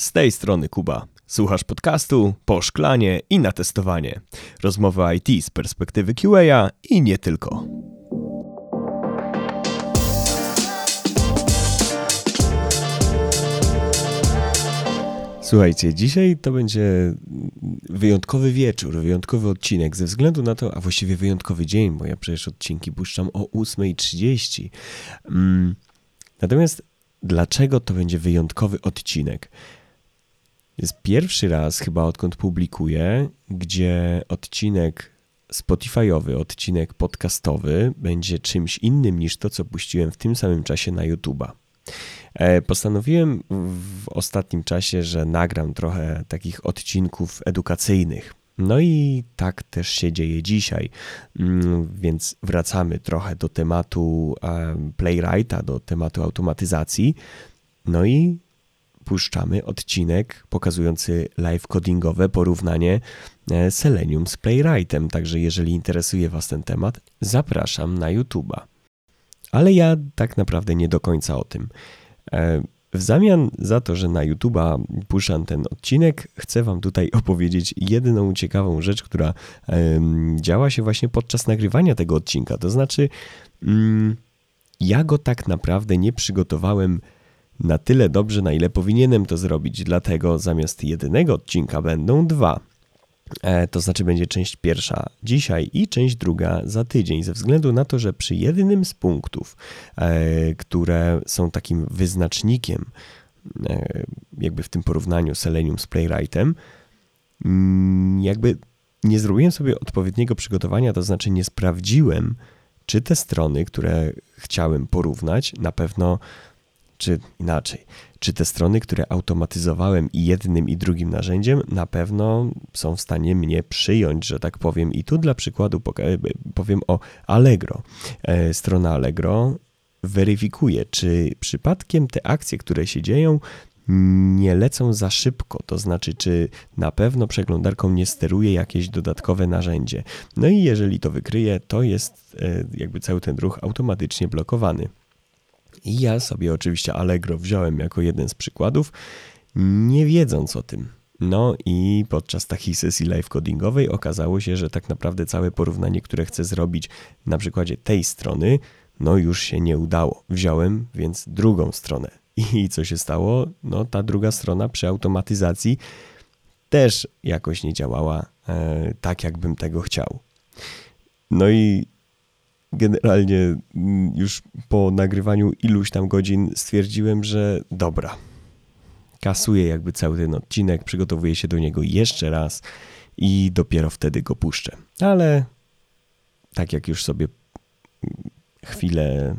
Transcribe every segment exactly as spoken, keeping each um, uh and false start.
Z tej strony Kuba. Słuchasz podcastu Po szklanie i na testowanie. Rozmowy I T z perspektywy Q A i nie tylko. Słuchajcie, dzisiaj to będzie wyjątkowy wieczór, wyjątkowy odcinek ze względu na to, a właściwie wyjątkowy dzień, bo ja przecież odcinki puszczam o ósma trzydzieści. Mm, natomiast dlaczego to będzie wyjątkowy odcinek? Jest pierwszy raz chyba odkąd publikuję, gdzie odcinek Spotify'owy, odcinek podcastowy będzie czymś innym niż to, co puściłem w tym samym czasie na YouTube'a. Postanowiłem w ostatnim czasie, że nagram trochę takich odcinków edukacyjnych. No i tak też się dzieje dzisiaj, więc wracamy trochę do tematu Playwrighta, do tematu automatyzacji. No i puszczamy odcinek pokazujący live codingowe porównanie Selenium z Playwrightem. Także jeżeli interesuje Was ten temat, zapraszam na YouTube'a. Ale ja tak naprawdę nie do końca o tym. W zamian za to, że na YouTube'a puszczam ten odcinek, chcę Wam tutaj opowiedzieć jedną ciekawą rzecz, która um, działa się właśnie podczas nagrywania tego odcinka. To znaczy, um, ja go tak naprawdę nie przygotowałem na tyle dobrze, na ile powinienem to zrobić. Dlatego zamiast jedynego odcinka będą dwa. E, to znaczy będzie część pierwsza dzisiaj i część druga za tydzień, ze względu na to, że przy jednym z punktów, e, które są takim wyznacznikiem e, jakby w tym porównaniu Selenium z Playwrightem, m, jakby nie zrobiłem sobie odpowiedniego przygotowania, to znaczy nie sprawdziłem, czy te strony, które chciałem porównać, na pewno, czy inaczej, czy te strony, które automatyzowałem i jednym i drugim narzędziem, na pewno są w stanie mnie przyjąć, że tak powiem. I tu dla przykładu powiem o Allegro. Strona Allegro weryfikuje, czy przypadkiem te akcje, które się dzieją, nie lecą za szybko, to znaczy, czy na pewno przeglądarką nie steruje jakieś dodatkowe narzędzie. No i jeżeli to wykryje, to jest jakby cały ten ruch automatycznie blokowany. I ja sobie oczywiście Allegro wziąłem jako jeden z przykładów, nie wiedząc o tym. No i podczas takiej sesji live codingowej okazało się, że tak naprawdę całe porównanie, które chcę zrobić na przykładzie tej strony, no już się nie udało. Wziąłem więc drugą stronę. I co się stało? No ta druga strona przy automatyzacji też jakoś nie działała e, tak, jakbym tego chciał. No i generalnie już po nagrywaniu iluś tam godzin stwierdziłem, że dobra, kasuję jakby cały ten odcinek, przygotowuję się do niego jeszcze raz i dopiero wtedy go puszczę. Ale tak jak już sobie chwilę,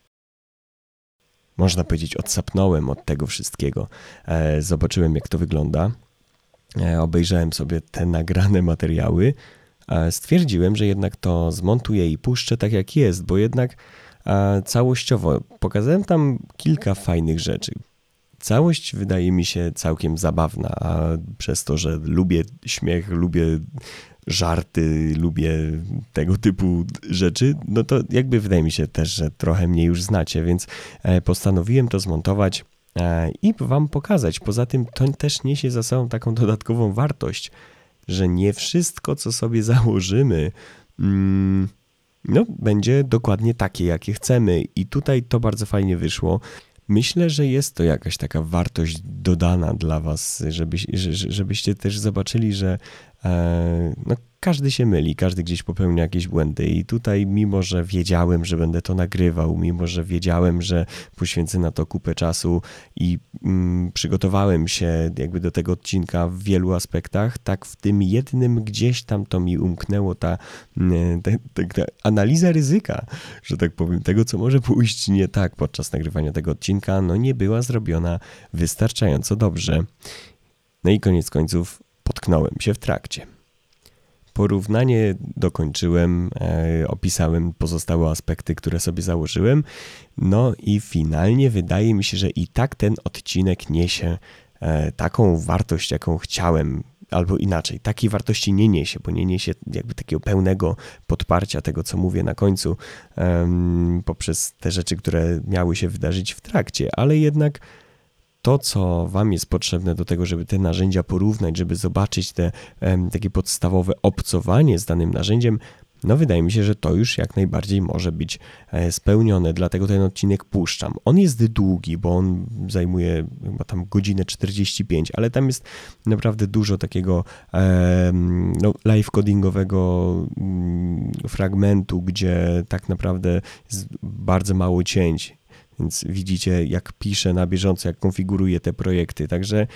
można powiedzieć, odsapnąłem od tego wszystkiego, zobaczyłem jak to wygląda, obejrzałem sobie te nagrane materiały, stwierdziłem, że jednak to zmontuję i puszczę tak jak jest, bo jednak całościowo pokazałem tam kilka fajnych rzeczy. Całość wydaje mi się całkiem zabawna, a przez to, że lubię śmiech, lubię żarty, lubię tego typu rzeczy, no to jakby wydaje mi się też, że trochę mnie już znacie, więc postanowiłem to zmontować i Wam pokazać. Poza tym to też niesie za sobą taką dodatkową wartość, że nie wszystko, co sobie założymy, mm, no, będzie dokładnie takie, jakie chcemy. I tutaj to bardzo fajnie wyszło. Myślę, że jest to jakaś taka wartość dodana dla Was, żeby, żebyście też zobaczyli, że e, no, każdy się myli, każdy gdzieś popełnia jakieś błędy i tutaj mimo, że wiedziałem, że będę to nagrywał, mimo, że wiedziałem, że poświęcę na to kupę czasu i mm, przygotowałem się jakby do tego odcinka w wielu aspektach, tak w tym jednym gdzieś tam to mi umknęło ta, ta, ta, ta analiza ryzyka, że tak powiem, tego, co może pójść nie tak podczas nagrywania tego odcinka, no nie była zrobiona wystarczająco dobrze. No i koniec końców potknąłem się w trakcie. Porównanie dokończyłem, e, opisałem pozostałe aspekty, które sobie założyłem, no i finalnie wydaje mi się, że i tak ten odcinek niesie e, taką wartość, jaką chciałem, albo inaczej, takiej wartości nie niesie, bo nie niesie jakby takiego pełnego podparcia tego, co mówię na końcu, e, poprzez te rzeczy, które miały się wydarzyć w trakcie, ale jednak to, co wam jest potrzebne do tego, żeby te narzędzia porównać, żeby zobaczyć te um, takie podstawowe obcowanie z danym narzędziem, no wydaje mi się, że to już jak najbardziej może być spełnione, dlatego ten odcinek puszczam. On jest długi, bo on zajmuje chyba tam godzinę czterdzieści pięć, ale tam jest naprawdę dużo takiego no, live codingowego fragmentu, gdzie tak naprawdę jest bardzo mało cięć. Więc widzicie, jak piszę na bieżąco, jak konfiguruję te projekty. Także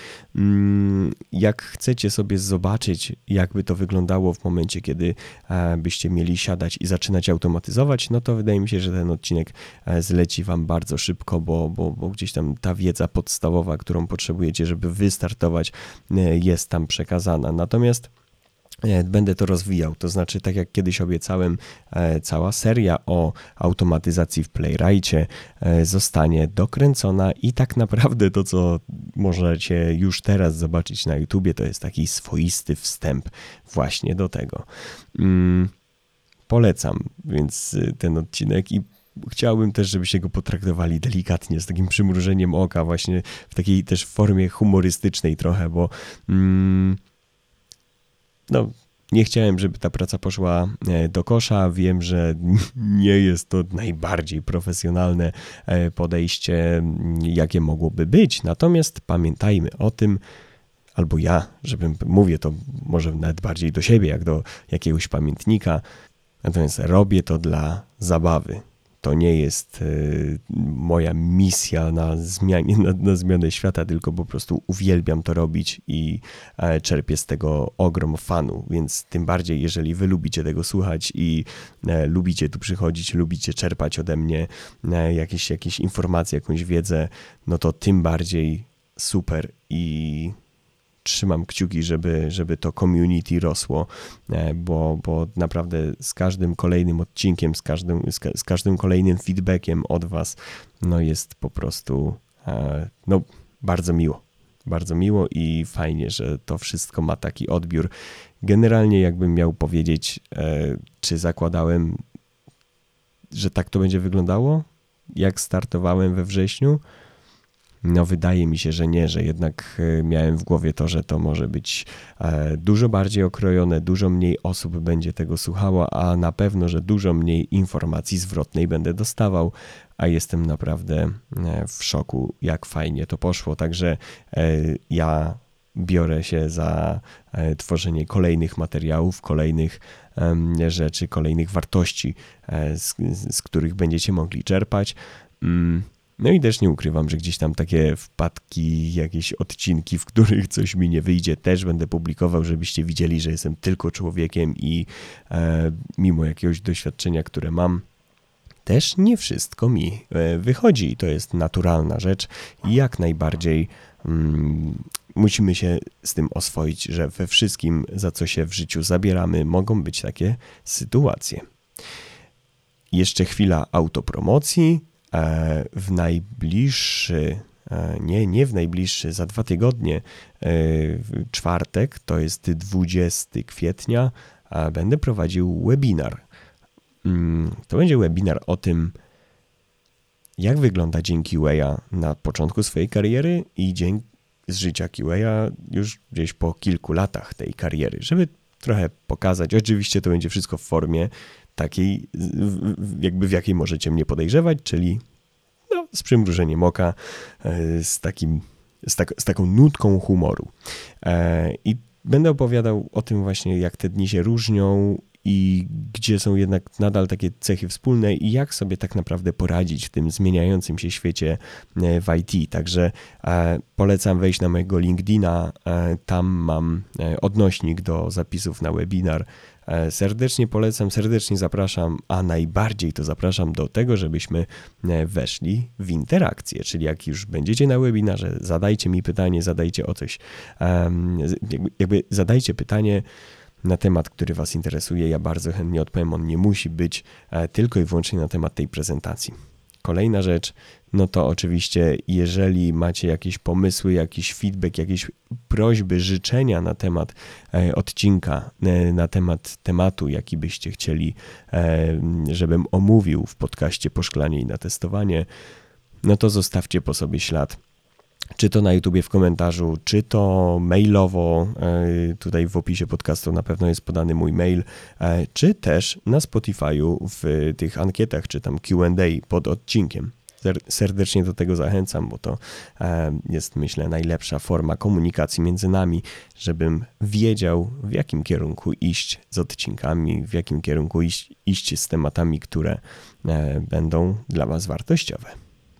jak chcecie sobie zobaczyć, jakby to wyglądało w momencie, kiedy byście mieli siadać i zaczynać automatyzować, no to wydaje mi się, że ten odcinek zleci wam bardzo szybko, bo, bo, bo gdzieś tam ta wiedza podstawowa, którą potrzebujecie, żeby wystartować, jest tam przekazana. Natomiast będę to rozwijał, to znaczy tak jak kiedyś obiecałem, cała seria o automatyzacji w Playwrightie zostanie dokręcona i tak naprawdę to, co możecie już teraz zobaczyć na YouTubie, to jest taki swoisty wstęp właśnie do tego. Polecam więc ten odcinek i chciałbym też, żebyście go potraktowali delikatnie, z takim przymrużeniem oka, właśnie w takiej też formie humorystycznej trochę, bo mm, no, nie chciałem, żeby ta praca poszła do kosza. Wiem, że nie jest to najbardziej profesjonalne podejście, jakie mogłoby być. Natomiast pamiętajmy o tym, albo ja, żebym mówię to może nawet bardziej do siebie, jak do jakiegoś pamiętnika. Natomiast robię to dla zabawy. To nie jest y, moja misja na, zmianie, na, na zmianę świata, tylko po prostu uwielbiam to robić i e, czerpię z tego ogrom fanu, więc tym bardziej, jeżeli wy lubicie tego słuchać i e, lubicie tu przychodzić, lubicie czerpać ode mnie e, jakieś, jakieś informacje, jakąś wiedzę, no to tym bardziej super i trzymam kciuki, żeby, żeby to community rosło, bo, bo naprawdę z każdym kolejnym odcinkiem, z każdym, z, z każdym kolejnym feedbackiem od was, no jest po prostu no, bardzo miło. Bardzo miło i fajnie, że to wszystko ma taki odbiór. Generalnie jakbym miał powiedzieć, czy zakładałem, że tak to będzie wyglądało, jak startowałem we wrześniu, no wydaje mi się, że nie, że jednak miałem w głowie to, że to może być dużo bardziej okrojone, dużo mniej osób będzie tego słuchało, a na pewno, że dużo mniej informacji zwrotnej będę dostawał, a jestem naprawdę w szoku, jak fajnie to poszło, także ja biorę się za tworzenie kolejnych materiałów, kolejnych rzeczy, kolejnych wartości, z, z których będziecie mogli czerpać. No i też nie ukrywam, że gdzieś tam takie wpadki, jakieś odcinki, w których coś mi nie wyjdzie, też będę publikował, żebyście widzieli, że jestem tylko człowiekiem i e, mimo jakiegoś doświadczenia, które mam, też nie wszystko mi e, wychodzi. To jest naturalna rzecz i jak najbardziej mm, musimy się z tym oswoić, że we wszystkim, za co się w życiu zabieramy, mogą być takie sytuacje. Jeszcze chwila autopromocji. W najbliższy, nie, nie w najbliższy, za dwa tygodnie, w czwartek, to jest dwudziestego kwietnia, będę prowadził webinar. To będzie webinar o tym, jak wygląda dzień Q A na początku swojej kariery i dzień z życia Q A już gdzieś po kilku latach tej kariery, żeby trochę pokazać. Oczywiście to będzie wszystko w formie takiej, jakby w jakiej możecie mnie podejrzewać, czyli no, z przymrużeniem oka, z, takim, z, tak, z taką nutką humoru. I będę opowiadał o tym właśnie, jak te dni się różnią i gdzie są jednak nadal takie cechy wspólne i jak sobie tak naprawdę poradzić w tym zmieniającym się świecie w I T. Także polecam wejść na mojego LinkedIna, tam mam odnośnik do zapisów na webinar. Serdecznie polecam, serdecznie zapraszam, a najbardziej to zapraszam do tego, żebyśmy weszli w interakcję, czyli jak już będziecie na webinarze, zadajcie mi pytanie, zadajcie o coś, jakby, jakby zadajcie pytanie na temat, który was interesuje, ja bardzo chętnie odpowiem, on nie musi być tylko i wyłącznie na temat tej prezentacji. Kolejna rzecz, no to oczywiście, jeżeli macie jakieś pomysły, jakiś feedback, jakieś prośby, życzenia na temat e, odcinka, e, na temat tematu, jaki byście chcieli, e, żebym omówił w podcaście Po szklanie i na testowanie, no to zostawcie po sobie ślad czy to na YouTubie w komentarzu, czy to mailowo, tutaj w opisie podcastu na pewno jest podany mój mail, czy też na Spotify'u w tych ankietach, czy tam Q and A pod odcinkiem. Serdecznie do tego zachęcam, bo to jest, myślę, najlepsza forma komunikacji między nami, żebym wiedział, w jakim kierunku iść z odcinkami, w jakim kierunku iść, iść z tematami, które będą dla Was wartościowe.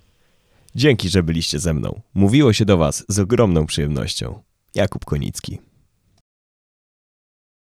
Dzięki, że byliście ze mną. Mówiło się do Was z ogromną przyjemnością. Jakub Konicki.